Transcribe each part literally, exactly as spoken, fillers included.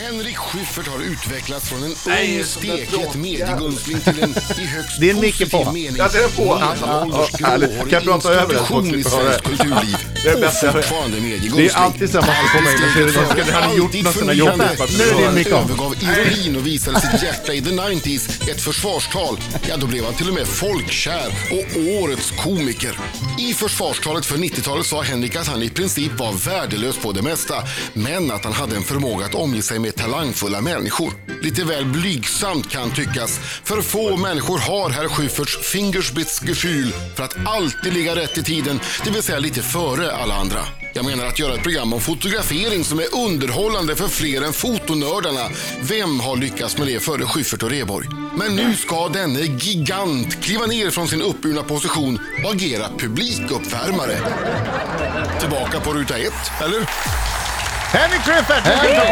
Henrik Schyffert har utvecklats från en ung stekhet mediegunstling till en i högst det är mycket på. mening. Jag ser på. Kan jag prata över det? I svenskt kulturliv. Det är bäst. Det är alltid så att man får komma in och se det. Det hade gjort något sådana jobb. Nu är det mycket om. Övergav ironin och visade sitt hjärta i the nineties, ett försvarstal. Ja, då blev han till och med folkkär och årets komiker. I försvarstalet för nittiotalet sa Henrik att han i princip var värdelös på det mesta, men att han hade en förmåga att omge sig med talangfulla människor. Lite väl blygsamt kan tyckas, för få människor har herr Schyfferts Fingerspitzgefühl för att alltid ligga rätt i tiden, det vill säga lite före alla andra. Jag menar att göra ett program om fotografering som är underhållande för fler än fotonördarna. Vem har lyckats med det före Schyffert och Rheborg? Men nu ska denne gigant kliva ner från sin uppburna position och agera publikuppvärmare. Tillbaka på ruta ett, eller? Henrik Schyffert!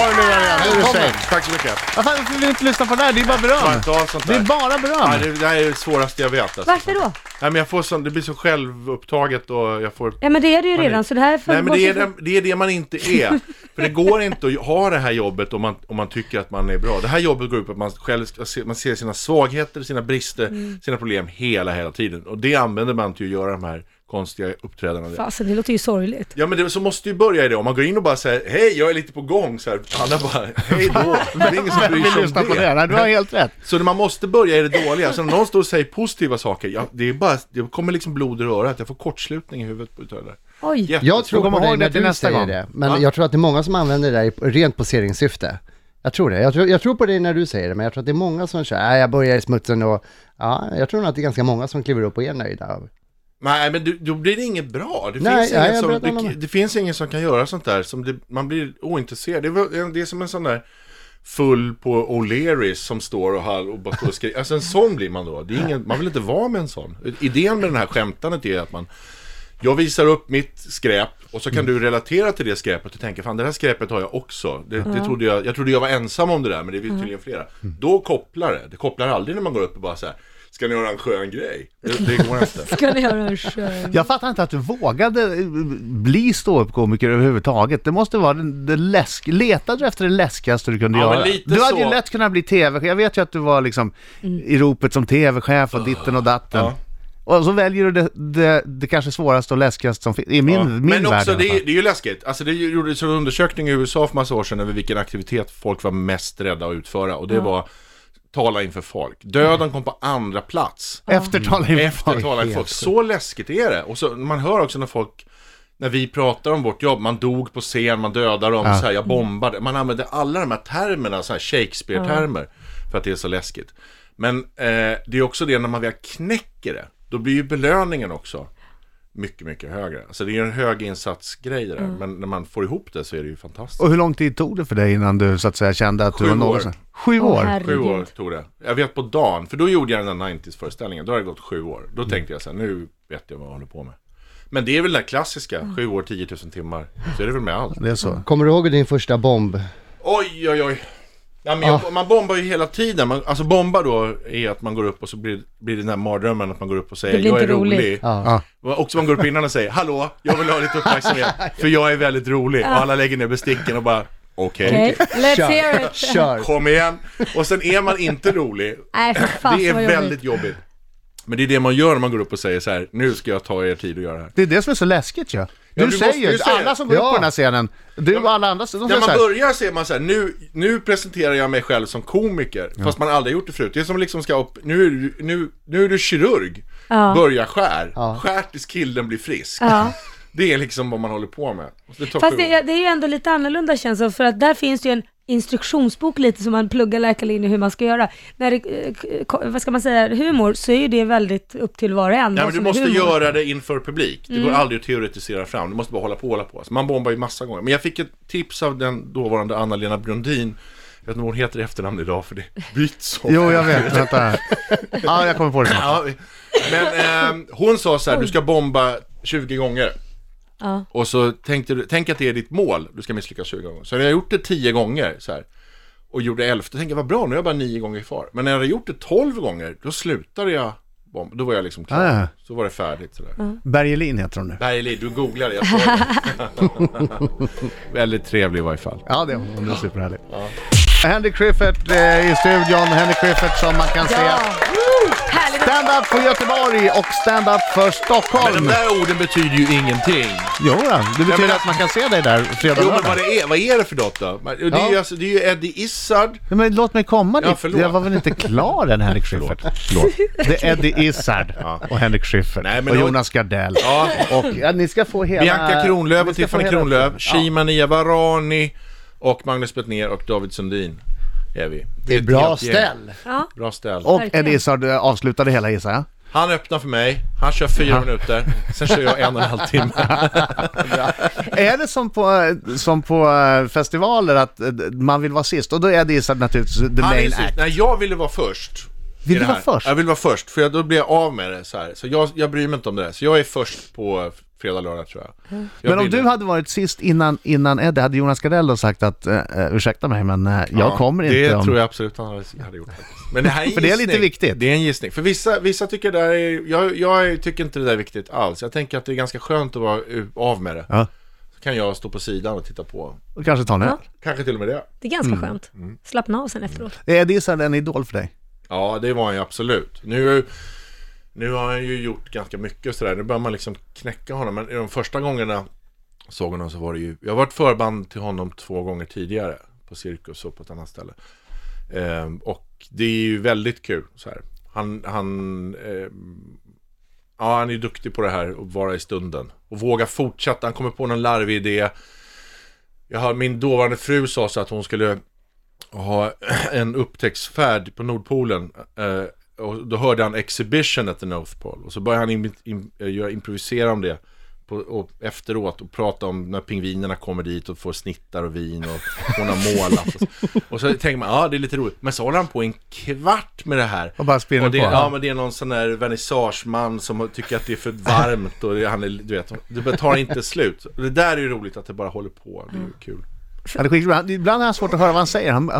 Hej! Tack så mycket. Varför vill du inte lyssna på det här? Det är bara beröm. Det är bara beröm. Ja, det, det här är det svåraste jag vet. Alltså. Varför då? Nej, men jag får sån, det blir så självupptaget och jag får... Ja, men det är det ju redan, är, så det här är för... Nej, men det är det, det är det man inte är. För det går inte att ha det här jobbet om man, om man tycker att man är bra. Det här jobbet går ut på att man själv ska se, man ser sina svagheter, sina brister, mm. sina problem hela, hela tiden. Och det använder man till att göra de här konstiga uppträdanden. Fast det låter ju sorgligt. Ja, men det, så måste ju börja i det. Om man går in och bara säger, hej, jag är lite på gång. Så här, alla bara, hej då. Det är ingen som bryr sig om det. det. Nej, du har helt rätt. Så man måste börja i det dåliga. Så när någon står och säger positiva saker, ja, det är bara, det kommer liksom blod i örat. Jag får kortslutning i huvudet på det. Oj. Jag tror på dig när du säger gång. det. Men ja. jag tror att det är många som använder det där i rent poseringssyfte. Jag tror det. Jag tror, jag tror på dig när du säger det, men jag tror att det är många som säger, jag börjar i smutsen och ja, jag tror att det är ganska många som kliver upp och är nöjda. Nej, men du, då blir det inget bra. Det, Nej, finns, ingen ja, som, det, det finns ingen som kan göra sånt där. Som det, man blir ointresserad. Det är, det är som en sån där full på O'Learys som står och, hall, och bara står och skriver. Alltså en sån blir man då. Det är ingen, man vill inte vara med en sån. Idén med den här skämtandet är att man... Jag visar upp mitt skräp och så kan mm. du relatera till det skräpet och tänka, fan det här skräpet har jag också. Det, mm. det trodde jag, jag trodde jag var ensam om det där, men det är tydligen mm. flera. Då kopplar det. Det kopplar aldrig när man går upp och bara så här, ska ni göra en skön grej? Det, det går inte. Ska ni göra en skön... Jag fattar inte att du vågade bli ståuppkomiker överhuvudtaget. Det måste vara det, det läsk... Letade du efter det läskigaste du kunde ja, göra? Du hade så... ju lätt kunnat bli tv. Jag vet ju att du var liksom mm. i ropet som tv-chef och ditten och datten. Ja. Och så väljer du det, det, det kanske svåraste och läskigaste som finns i min, ja. min Men värld. också, det är, det är ju läskigt. Alltså det gjordes en undersökning i U S A för massa år sedan över vilken aktivitet folk var mest rädda att utföra. Och det ja. var tala inför folk. Döden kom på andra plats. Ja. Efter tala inför Efter folk. Tala inför folk. Så läskigt är det. Och så, man hör också när folk, när vi pratar om vårt jobb, man dog på scen, man dödar dem, ja. så här, jag bombade. Man använder alla de här termerna, så här Shakespeare-termer, ja. för att det är så läskigt. Men eh, det är också det när man väl knäcker det. Då blir ju belöningen också mycket, mycket högre. Alltså det är en hög insatsgrej där. Mm. Men när man får ihop det så är det ju fantastiskt. Och hur lång tid tog det för dig innan du så att säga kände att Sju du var någon? år. Sju år? Oh, sju år tog det. Jag vet på dagen. För då gjorde jag den där nittio-föreställningen. Då har det gått sju år. Då mm. tänkte jag så här, nu vet jag vad jag håller på med. Men det är väl det klassiska. Mm. Sju år, tio tusen timmar. Så är det väl med allt. Det är så. Kommer du ihåg din första bomb? Oj, oj, oj. Ja, men jag, man bombar ju hela tiden. Man, alltså bomba då är att man går upp och så blir, blir det den här mardrömmen att man går upp och säger jag är rolig. Ja. Och så man går upp innan och säger hallå, jag vill ha lite uppmärksamhet för jag är väldigt rolig. Och alla lägger ner besticken och bara okej, okay. okay. Let's hear it. Kör. Kom igen. Och sen är man inte rolig. Nej, för fan, det är väldigt jobbigt. jobbigt. Men det är det man gör när man går upp och säger så här, nu ska jag ta er tid att göra det här. Det är det som är så läskigt, ja. Du, ja, du säger ju, alla som går ja. upp på den här scenen, du och alla andra, de när man börjar ser man så här, nu, nu presenterar jag mig själv som komiker, ja. fast man aldrig gjort det förut. Det är som liksom ska upp, nu är du, nu, nu är du kirurg, ja. börja skär, ja. skär tills killen blir frisk. Ja. Det är liksom vad man håller på med. Det fast det är, det är ju ändå lite annorlunda känsla, för att där finns ju en instruktionsbok lite som man pluggar läkarlinje hur man ska göra. När det, vad ska man säga, humor, så är ju det väldigt upp till var och en. Ja, men du måste göra det inför publik. Det mm. går aldrig att teoretisera fram. Du måste bara hålla på hålla på. Så man bombar ju massa gånger. Men jag fick ett tips av den dåvarande Anna-Lena Brundin. Jag vet inte vad hon heter i efternamn idag för det byts så. Jo, jag vet. Vänta här. Ja, jag kommer på det. Ja, men eh, hon sa så här, du ska bomba tjugo gånger. Ja. Och så tänkte du, tänk att det är ditt mål. Du ska misslyckas tjugo gånger. Så när jag har gjort det tio gånger så här, och gjorde elfte, tänkte jag, vad bra, nu är jag bara nio gånger kvar. Men när jag hade gjort det tolv gånger, då slutade jag bomba. Då var jag liksom klar. Ah. Så var det färdigt sådär. Mm. Bergelin heter hon nu. Bergelin, du googlade, jag såg det. Väldigt trevlig i varje fall. Ja, det är hon. Hon är superhärlig. Ja. Henrik Schyffert eh, i studion. Henrik Schyffert som man kan Ja. se. Härligt. Stand-up för Göteborg och stand-up för Stockholm. Men de där orden betyder ju ingenting. Jo, då. Det betyder men- att man kan se dig där fredag Jo, och men lördag. vad, det är, vad är det för något då? Det är, ju, Ja. alltså, det är ju Eddie Izzard. Ja, men låt mig komma Ja, dit. förlåt. Jag var väl inte klar än, Henrik Schyffert. Förlåt. Det är Eddie Izzard och Henrik Schyffert Nej, men och det var- Jonas Gardell. Ja. Och ja, ni ska få hela... Bianca Kronlöf ni och ska få Tiffany hela- Kronlöf, Ja. Shima Nia Varani och Magnus Bettner och David Sundin är vi. Det är ett bra helt gäng. ställ. Ja. Bra ställ. Och Verkligen. Eddie Izzard eh, avslutade hela, gissar jag. Han öppnar för mig, han kör fyra minuter, sen kör jag en och en halv timme. Är det som på, som på eh, festivaler att eh, man vill vara sist? Och då är Eddie Izzard naturligtvis the Han är main sist. act. Nej, jag ville vara först. Vill i du det vara här. först? Jag vill vara först, för jag, då blir jag av med det så här. Så jag, jag bryr mig inte om det där. Så jag är först på fredag, lördag tror jag. jag Men om blir du det. hade varit sist innan, innan Eddie, hade Jonas Gardell då sagt att uh, ursäkta mig, men uh, jag Ja, kommer inte det om... tror jag absolut han hade, hade gjort faktiskt. Men det här är en För det är gissning. lite viktigt. Det är en gissning. För vissa, vissa tycker det där är... Jag, jag tycker inte det där är viktigt alls. Jag tänker att det är ganska skönt att vara u- av med det. Ja. Så kan jag stå på sidan och titta på. Och kanske ta en öl. Ja. Kanske till och med det. Det är ganska Mm. skönt. Slappna av sen efteråt. Är Eddie Izzard en idol för dig? Ja, det var han ju absolut. Nu, nu har han ju gjort ganska mycket sådär. Nu börjar man liksom knäcka honom. Men i de första gångerna såg honom så var det ju... Jag har varit förband till honom två gånger tidigare. På Cirkus och på ett annat ställe. Ehm, och det är ju väldigt kul så här. Han... han ehm, ja, han är ju duktig på det här. Att vara i stunden. Och våga fortsätta. Han kommer på någon larvig idé. Jag har, min dåvarande fru sa så att hon skulle ha en upptäcktsfärd på Nordpolen, eh, och då hörde han Exhibition at the North Pole och så började han im- im- göra improvisera om det på, och efteråt och prata om när pingvinerna kommer dit och får snittar och vin och hon har målat och så, och så tänker man, ja det är lite roligt, men så håller han på en kvart med det här Och bara spinner och det, på. ja, men det är någon sån där vernissageman som tycker att det är för varmt och det, han är, du vet, det tar inte slut. Det där är ju roligt att det bara håller på, det är ju kul. Ja, det är skitbra. Han- Ibland har jag svårt att höra vad han säger. Han,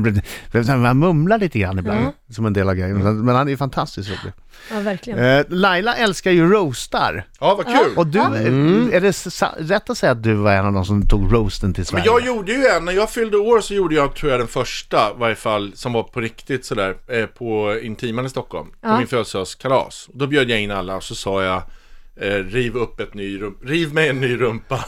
han, han mumlar lite grann ibland, Mm. som en del av grejen. Men han är ju fantastiskt rolig. Ja, verkligen. Eh, Laila älskar ju roastar. Ja, vad kul! Och du, är det sa- rätt att säga att du var en av de som tog roasten till Men Sverige? jag gjorde ju en, när jag fyllde år så gjorde jag, tror jag, den första, i varje fall, som var på riktigt sådär, eh, på Intiman i Stockholm, på Ja. min födelsedagskalas. Då bjöd jag in alla och så sa jag, eh, riv upp ett ny rum, riv mig en ny rumpa,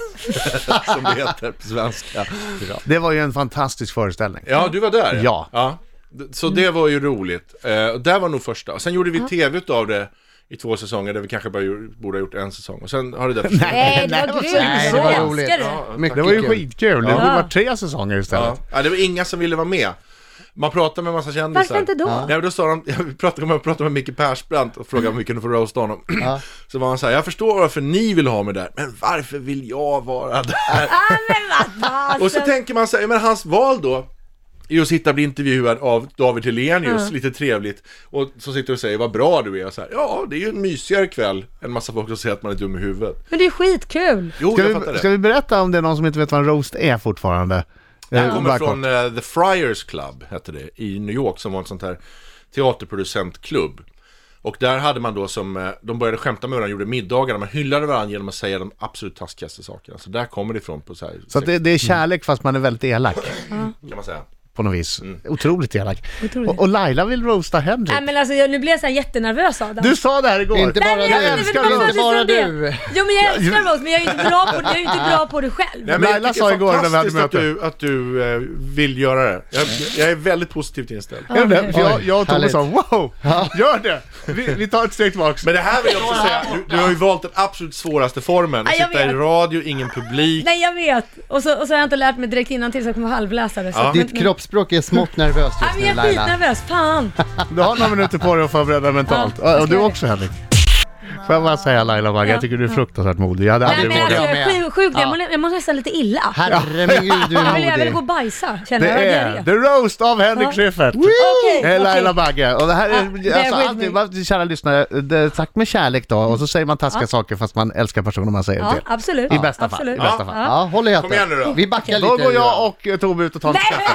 som det heter på svenska. Det var ju en fantastisk föreställning. Ja, du var där? Ja. ja. D- Så det var ju roligt. Eh, och där var nog första. Och sen gjorde vi tv av det i två säsonger, där vi kanske bara gjorde, borde ha gjort en säsong. Och sen har det där försvunnit. Nej, det nej, var vad grymt. Nej, det Jag var älskar roligt. det. Ja, Mycket Det var ju kul. skitkul. Det Ja. var tre säsonger istället. Ja. Ja, det var inga som ville vara med. Man pratade med en massa kändisar. Varför inte då? Nej, men då sa de, jag pratade med, pratade med Micke Persbrandt och frågade om vi kunde få roasta honom. Ja. Så var han så här, jag förstår varför ni vill ha mig där, men varför vill jag vara där? Ah, men vad fasen. Och så tänker man så här, men hans val då är att sitta och bli intervjuad av David Hellenius, Mm. lite trevligt, och så sitter och säger vad bra du är, och så här, ja, det är ju en mysigare kväll än massa folk som säger att man är dum i huvudet. Men det är skitkul. Jo, Ska jag fattar vi, det. ska vi berätta om det är någon som inte vet vad en roast är fortfarande? Det här Eh, kommer bara från kort. eh, The Friars Club, hette det, i New York, som var en sånt här teaterproducentklubb. Och där hade man då som, eh, de började skämta med varandra, gjorde middagar, man hyllade varandra genom att säga de absolut taskigaste sakerna. Så där kommer det ifrån på så här, Så att det, det är kärlek fast man är väldigt elak kan man säga. på något vis. Mm. Otroligt elak. Otroligt. Och, och Laila vill roasta Henrik. Nej men alltså jag, nu blir jag så här jättenervös av det. Du sa det här igår. Inte bara Nej, du, men jag vet inte vad inte fan bara det är. du. Jo men jag älskar roast, men jag är ju inte bra på det, jag är ju inte bra på det själv. Nej, men Laila jag tycker sa det är igår när vi hade fantastiskt möte. att du, att du eh, vill göra det. Jag, jag är väldigt positivt inställd. Är det det? För jag, Oj, jag och Tove härligt. sa wow, gör det! Vi, vi tar ett steg tillbaks. Men det här vill jag också säga, du, du har ju valt den absolut svåraste formen. Att Ja, jag sitta i vet. radio, ingen publik. Nej jag vet, och så, och så har jag inte lärt mig direkt innan till så jag kommer halvläsare. Så Ja. att- Ditt men- kroppsspråk är smått nervöst Ja, just men nu, jag är Laila. skitnervös, fan. Du har några minuter på dig att förbereda mentalt. Ja, jag och ska du göra också Henrik. Får jag bara säga Laila Bagge, jag tycker du är fruktansvärt modig. Jag hade Nej aldrig men alltså, vågat. jag är sjuk, sjuk jag, mår, jag mår nästan lite illa. Herre min gud, du Jag vill, jag är vill gå och modig. bajsa, känner Det jag. är är The Roast av Henrik Ja. Schyffert. Okej, Det är Laila okej. Bagge. Och det här Ja, är, bear alltså, with alltid, me. vad- kära lyssnare, det är sagt med kärlek då, och så säger man taskiga Ja. saker fast man älskar personen man säger Ja, till. absolut. I bästa fall. Absolut. I bästa fall. Ja, håll i Kom igen nu då. hatten. Vi backar lite. Då går nu jag och eh, Tove ut och tar en Nej, kaffe.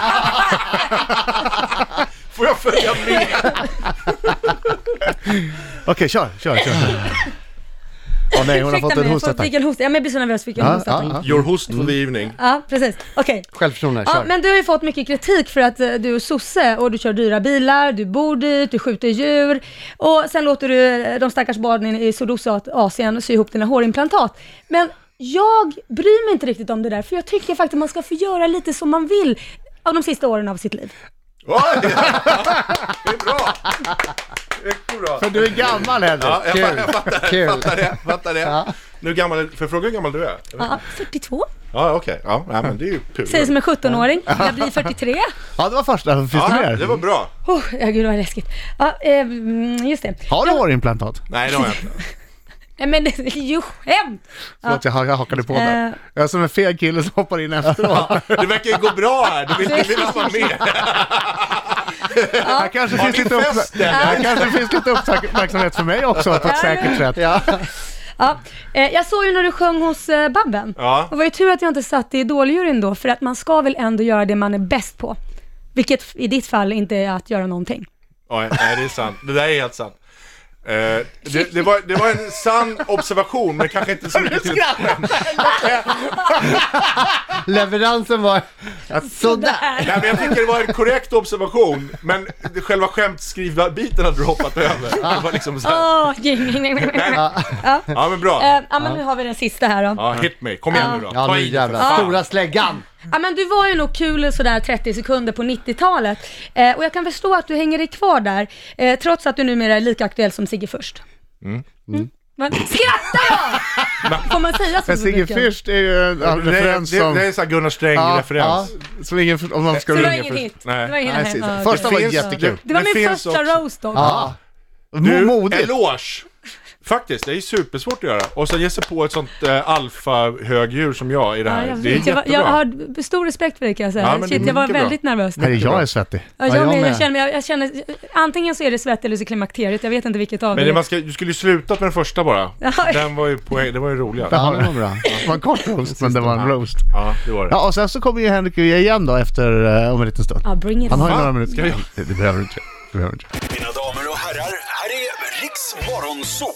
Får jag följa med? Okej, kör, kör, kör. Åh nej, hon har fått en hostattack. Fick en host. Ja, men jag blir så nervös, fick en Ja, hostattack. ja, Your host for the evening. Ja, precis. Okej. Självförtroende, Ja, kör. men du har ju fått mycket kritik för att eh, du är sosse och du kör dyra bilar, du bor dit, du skjuter djur och sen låter du eh, de stackars barnen i Sydostasien sy ihop dina hårimplantat. Men jag bryr mig inte riktigt om det där, för jag tycker faktiskt att man ska få göra lite som man vill av de sista åren av sitt liv. Oj! Det är bra! Det är bra. För du är gammal, Henrik. Ja, jag, Kul. jag fattar, Kul. fattar det, fattar det. Ja. Nu gammal, för fråga hur gammal du är? Ja, fyrtiotvå. Ja, okej. Ja, nej, men det är ju kul. Säger som en sjuttonåring. Jag blir fyrtiotre. Ja, det var första. Finns det Ja, mer? det var bra. Oh, ja, gud vad läskigt. Ja, eh, just det. Har du Ja, hårimplantat? Nej, det har jag inte. nej, men det är ju skämt. Förlåt, jag, jag hakade på där. Eh. Jag är som en feg kille som hoppar in efteråt. Det verkar ju gå bra här. Du vill inte vilja vara med. Här kanske Har finns ni lite, fest uppmär- där? här kanske finns lite uppmärksamhet för mig också på ett säkert sätt. Ja. Ja, eh, jag såg ju när du sjöng hos eh, Babben. Ja. Det var ju tur att jag inte satt i idoljuryn då, för att man ska väl ändå göra det man är bäst på. Vilket f- i ditt fall inte är att göra någonting. Ja, nej, det är sant. Det där är helt sant. Eh, det, det, var, det var en sann observation, men kanske inte så mycket till ett skämt. Leveransen var sådär. Nej, men jag tycker det var en korrekt observation, men det- själva skämtskriva biten hade du hoppat över. Det var liksom så här. Åh, jing, jing, jing, jing. Nej, Ja. ja, men bra. Eh, ja, men nu har vi den sista här då. Ja, hit me. Kom igen nu då. Ja, Ta nu i det för jävlar. fan. Stora släggan. Ja, men du var ju nog kul sådär trettio sekunder på nittiotalet. Eh, och jag kan förstå att du hänger dig kvar där, eh, trots att du numera är lika aktuell som Sigge Först. Mm. Men, skratta då! Får man säga så? Men Sigge Fürst är ju en Det, det, referens det, som... det är så här Gunnar Sträng-referens. Som ingen, om man ska Så det var ringa ingen för... hit? Nej. Det var ingen Nej, hit. precis. Ja, Första okej. var finns- jättekul. Det var Det min finns första också- roast också. Ja. Du, Modigt. eloge! Faktiskt, det är ju supersvårt att göra. Och så ge sig på ett sånt äh, alfa-högdjur som jag i det Ja, här. jag, det är vet. jag, var- jättebra. jag har stor respekt för det, kan jag säga. Ja, men det är Shit, jag var mycket bra. väldigt nervös. Nej, jag är svettig. Ja, jag, Ja, jag med, jag, med. känner, mig- jag, jag känner, antingen så är det svett eller så är det klimakteriet, jag vet inte vilket av Men det det man ska, du skulle ju sluta med den första bara. Ja. Den var ju, poäng, det var ju roligare. Ja, det var bra. Det var en kort roast, men det var en roast. Ja, det var det. Ja, och sen så kommer ju Henrik igen då efter uh, om en liten stund. Ja, bring it Han har ju on. några minuter. Ska vi- Det, det behöver du inte. Det behöver du inte. Mina damer och herrar, här är Riks Morgonzoo.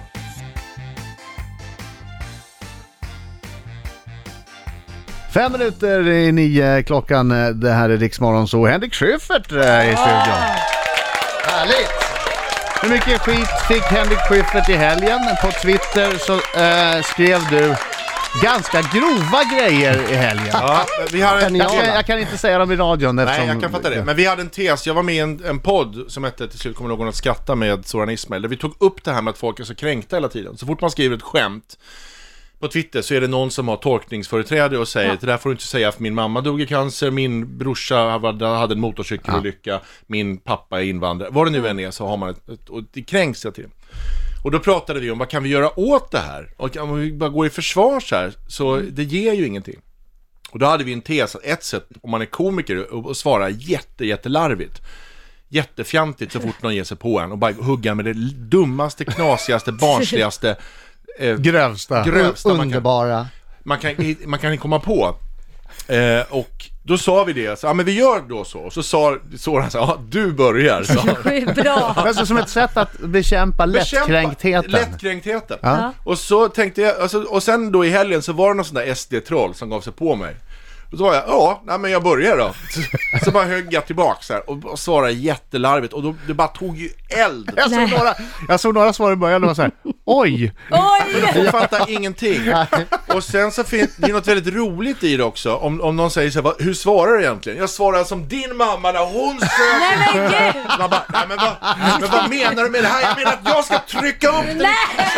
Fem minuter i nio klockan. Det här är Riks Morgonzoo. Henrik Schyffert äh, i studion. Härligt. Hur mycket skit fick Henrik Schyffert i helgen? På Twitter så äh, skrev du ganska grova grejer i helgen. Ja, vi har en, Jag kan, jag kan inte säga dem i radion eftersom... Nej, jag kan fatta det. Men vi hade en tes. Jag var med i en, en podd som hette till slut kommer någon att skratta med Soran Ismail. Där vi tog upp det här med att folk är så kränkta hela tiden. Så fort man skriver ett skämt på Twitter så är det någon som har tolkningsföreträde och säger det där får du inte säga för min mamma dog i cancer, min brorsa hade en motorcykelolycka, min pappa är invandrare. Vad det nu än är så har man ett, ett och det kränks hela tiden. Och då pratade vi om vad kan vi göra åt det här? Och om vi bara går i försvar så här, så det ger ju ingenting. Och då hade vi en tes att ett sätt om man är komiker och svara jätte, jättelarvigt, jättefjantigt så fort någon ger sig på en och bara hugga med det dummaste, knasigaste, barnsligaste, eh, Grövsta. grövsta man kan, Underbara. man kan, man kan komma på. Eh, och då sa vi det, så, ja men vi gör då så. Och så sa Soran så, ja du börjar. Så. Bra. Alltså som ett sätt att bekämpa lättkränktheten. Lättkränktheten. Ja. Och så tänkte jag, alltså, och sen då i helgen så var det någon sån där S D-troll som gav sig på mig. Och så var jag, ja, nej, men jag börjar då. Så, så bara högg jag tillbaka så här, och, och svarade jättelarvigt. Och då, det bara tog ju eld. Jag såg, några, jag såg några svar i början och var så här, oj! Oj! Jag fattar ingenting. Och sen så finns det är något väldigt roligt i det också. Om, om någon säger så här, vad, hur svarar du egentligen? Jag svarar som din mamma när hon söker. Nej men gud! Man bara, nej men vad, men vad menar du med det här? Jag menar att jag ska trycka upp det.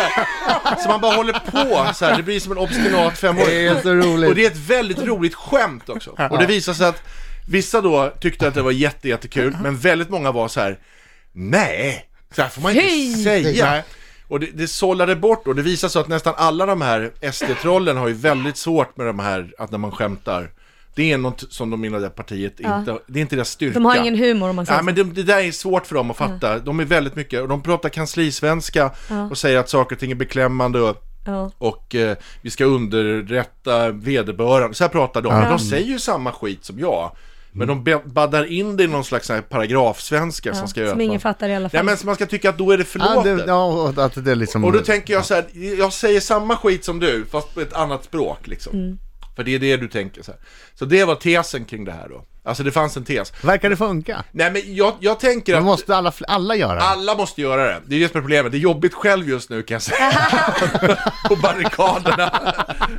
Så, så man bara håller på så här. Det blir som en obstinat femåring. Det är så roligt. Och det är ett väldigt roligt skämt också. Och det visar sig att vissa då tyckte att det var jätte, jättekul, men väldigt många var så här, nej, så här får man inte Hej! säga. Nej. Och det, det sållade bort och det visar sig att nästan alla de här S D-trollen har ju väldigt svårt med de här, att när man skämtar. Det är något som de inom det partiet inte, det är inte deras styrka. De har ingen humor om man säger Nej, men det, det där är svårt för dem att fatta. Mm. De är väldigt mycket, och de pratar kanslisvenska Ja. och säger att saker och ting är beklämmande och, Ja. och eh, vi ska underrätta vederbörande. Så här pratar de. Ja. Men de säger ju samma skit som jag. Men de baddar in det i någon slags här paragrafsvenska ja, som ska göra. Som ingen fattar i alla fall. Ja, men man ska tycka att då är det förlåtet. Ja, det, ja, att det är liksom... Och då tänker jag så här, jag säger samma skit som du, fast på ett annat språk liksom. Mm. För det är det du tänker så här. Så det var tesen kring det här då. Alltså det fanns en tes. Verkar det funka? Nej, men jag, jag tänker att... att... måste alla, alla göra det. Alla måste göra det. Det är det som är problemet. Det är jobbigt själv just nu kan jag säga. På barrikaderna.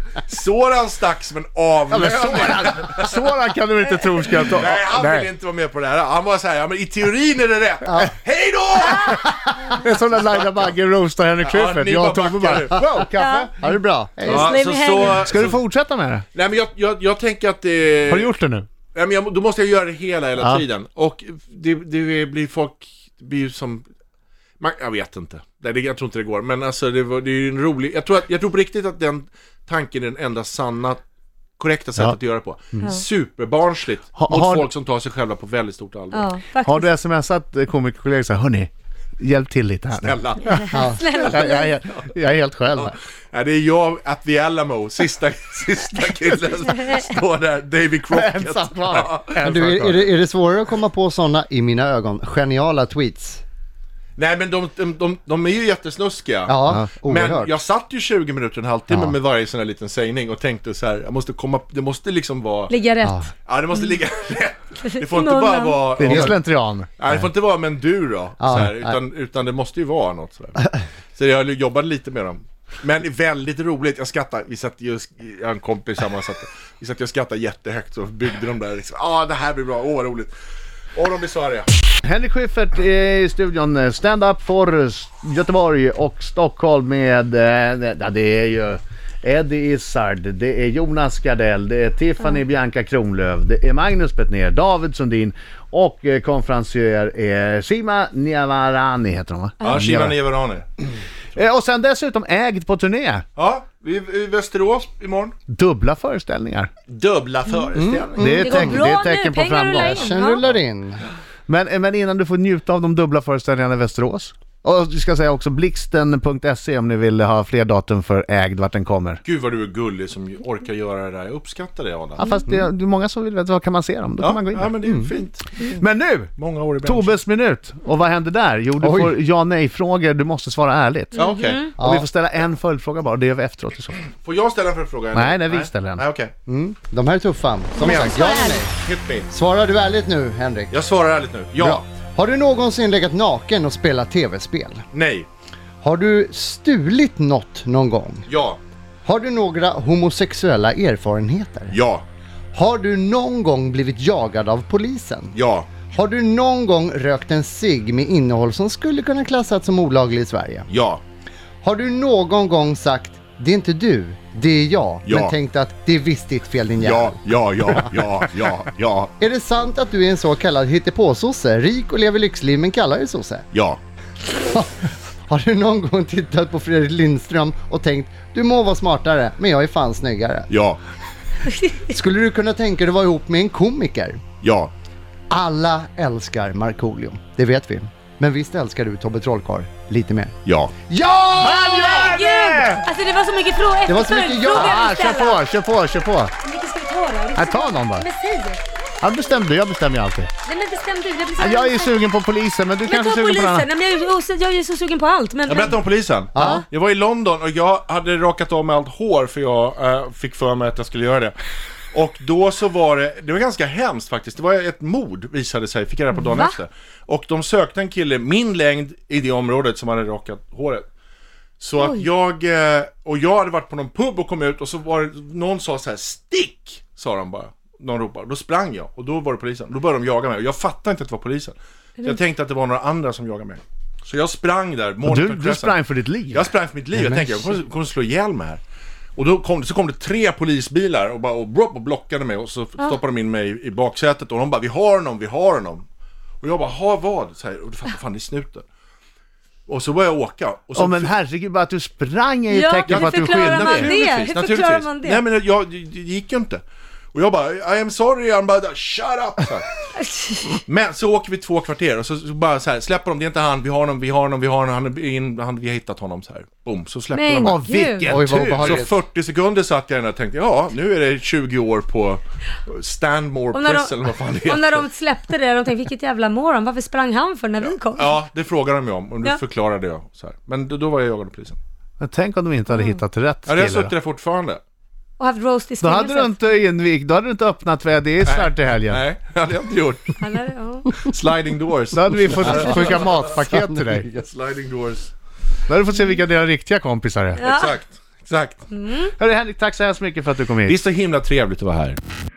Soran stack som en avlöning. Ja, Soran, Soran kan du inte tro ska ta. Nej, han Nej. vill inte vara med på det här. Han var så här, ja men i teorin är det rätt. Ja. Hej då! Det är som när Laila Bagge roastar Henrik Schyffert. Ja, jag tog bara, wow, kaffe. Ja, ja det är bra. Ja, så, så, ska du fortsätta med det? Nej, men jag, jag, jag tänker att det... Har du gjort det nu? Ja, men jag, då måste jag göra det hela, hela ja. tiden. Och det, det blir folk... Det blir ju som... Man, jag vet inte. Nej, det, jag tror inte det går. Men alltså, det, var, det är ju en rolig... Jag tror, att, jag tror på riktigt att den tanken är den enda sanna, korrekta sättet ja. att göra det på. Mm. Superbarnsligt ha, mot har, folk som tar sig själva på väldigt stort allvar. Ja, har du smsat komikerkollegor och sagt, hörni, hjälp till lite här. Snälla. Ja. Snälla. Jag, jag, jag, jag är helt själv här. Ja, det är jag at the Alamo. Sista, sista killen står där. David Crockett. Ja. Men du, är, är, det, är det svårare att komma på sådana, i mina ögon, geniala tweets? Nej, men de, de, de, de är ju jättesnuskiga. Ja, men jag satt ju tjugo minuter, en halvtimme ja. med varje sån här liten sägning och tänkte så här, jag måste komma, det måste liksom vara... Ligga rätt. Ja, ja det måste mm. ligga rätt. Det får inte bara vara... Det är slentrian. Nej, det får inte vara med en dur då, ja, så här, utan, utan det måste ju vara något så här. Så jag jobbade lite med dem. Men det är väldigt roligt, jag skrattar, vi satt just, jag har en kompis sammansatt, vi satt och skrattade jättehögt och byggde de där liksom, ja ah, det här blir bra, åh oh, roligt. Och de blir så arga. Henrik Schyffert är i studion, stand-up för Göteborg och Stockholm med, ja det är ju Eddie Izzard, det är Jonas Gardell, det är Tiffany mm. Bianca Kronlöf, det är Magnus Bettner, David Sundin och konferencier är Shima Niavarani heter de va? Ja, Shima Niavarani. Och sen dessutom ägd på turné. Ja, vi är i Västerås imorgon. Dubbla föreställningar. Dubbla föreställningar. Mm. Det är ett tecken, det är tecken på framgång. Sen rullar in. Men, men innan du får njuta av de dubbla föreställningarna i Västerås. Och vi ska säga också blixten punkt se om ni vill ha fler datum för ägd vart den kommer. Gud vad du är gullig som orkar göra det där. Jag uppskattar det, Adam. Ja, fast det är, det är många som vill veta vad kan man se dem. Då ja, kan man gå in. Ja, men det är mm. fint. Men nu, många år i Tobes minut. Och vad händer där? Jo, du Oj. får ja-nej-frågor. Du måste svara ärligt. Ja, okej. Okay. Mm. Och vi får ställa en följdfråga bara. Det gör vi efteråt i så. Får jag ställa en följdfråga? Nej, nej, vi ställer den. Nej, okej. Okay. Mm. De här är tuffa. Som sagt, ja eller nej. Svarar du ärligt nu, Henrik? Jag svarar ärligt nu. Ja. Bra. Har du någonsin legat naken och spelat tv-spel? Nej. Har du stulit något någon gång? Ja. Har du några homosexuella erfarenheter? Ja. Har du någon gång blivit jagad av polisen? Ja. Har du någon gång rökt en cigg med innehåll som skulle kunna klassas som olaglig i Sverige? Ja. Har du någon gång sagt, det är inte du, det är jag, ja. men tänkt att det är visst ditt fel din jävel? Ja, ja, ja, ja, ja, ja. Är det sant att du är en så kallad hittepåsosse, rik och lever lyxliv men kallar dig sosse? Ja. Har du någon gång tittat på Fredrik Lindström och tänkt, du må vara smartare, men jag är fan snyggare? Ja. Skulle du kunna tänka dig att vara ihop med en komiker? Ja. Alla älskar Markoolio, det vet vi. Men visst älskar du Tobbe Trollkarl lite mer? Ja. Ja! Herregud! Alltså det var så mycket frågor. Det var så mycket ja. Ah, kör på, kör på, kör på. Vilken ska vi ta då? Jag tar någon bara. Men säg. Ja, bestämde, jag bestämmer ju alltid. Nej, men bestäm du. Det bestäm jag är ju sugen på polisen, men du men kanske är sugen polisen. på den. Nej, men jag, är, jag är ju så sugen på allt. Men, jag berättar om polisen. Ja. Jag var i London och jag hade rakat av mig allt hår för jag äh, fick för mig att jag skulle göra det. Och då så var det, det var ganska hemskt faktiskt. Det var ett mord visade sig, fick jag reda på dagen efter. Och de sökte en kille min längd i det området som hade rakat håret. Så Oj. att jag, och jag hade varit på någon pub och kom ut och så var det, någon sa så här, stick, sa de bara. De ropade, då sprang jag och då var det polisen. Då började de jaga mig och jag fattade inte att det var polisen. Så jag tänkte att det var några andra som jagade mig. Så jag sprang där. Du, du sprang för ditt liv? Jag sprang för mitt liv, jag tänkte jag kommer, kommer slå ihjäl mig här. Och då kom, så kom det tre polisbilar och, bara, och, och blockade mig och så stoppade de in mig i, i baksätet och de bara, vi har honom, vi har honom. Och jag bara, ha vad? Så här, och det fan, fan det är snuten. Och så började jag åka. Och så oh, men herregud, bara att du sprang är ju ja, tecken på att du skilde dig. Hur förklarar man det? Nej, men jag, det gick ju inte. Och Och jag bara, I am sorry. Han bara, shut up. Så men så åker vi två kvarter och så, så bara så här, släpper de, det är inte han, vi har honom, vi har honom, vi har honom, han är in, han, vi har hittat honom så här. Boom, så släpper men, de. Åh, vilken Oj, tur! Så fyrtio sekunder satt jag där och tänkte, ja, nu är det tjugo år på Stanmore Press eller vad fan det heter. Och när de släppte det, de tänkte, vilket jävla moron, varför sprang han för när vi kom? Ja, det frågade de mig om och då ja. förklarade jag så här. Men då, då var jag jagad av polisen. Men tänk om de inte hade hittat rätt Ja, det har kille. suttit där fortfarande. Och haft roast i Då hade du inte invigt, då hade du inte öppnat vad det är snart till helgen. Nej, det hade jag inte gjort. Eller, ja. Sliding doors. Då hade vi fått skicka matpaket till dig. Sliding doors. Då hade du fått se vilka dina riktiga kompisar är. Ja. Exakt, exakt. Hörru Henrik, tack så hemskt mycket för att du kom hit. Det är så himla trevligt att vara här.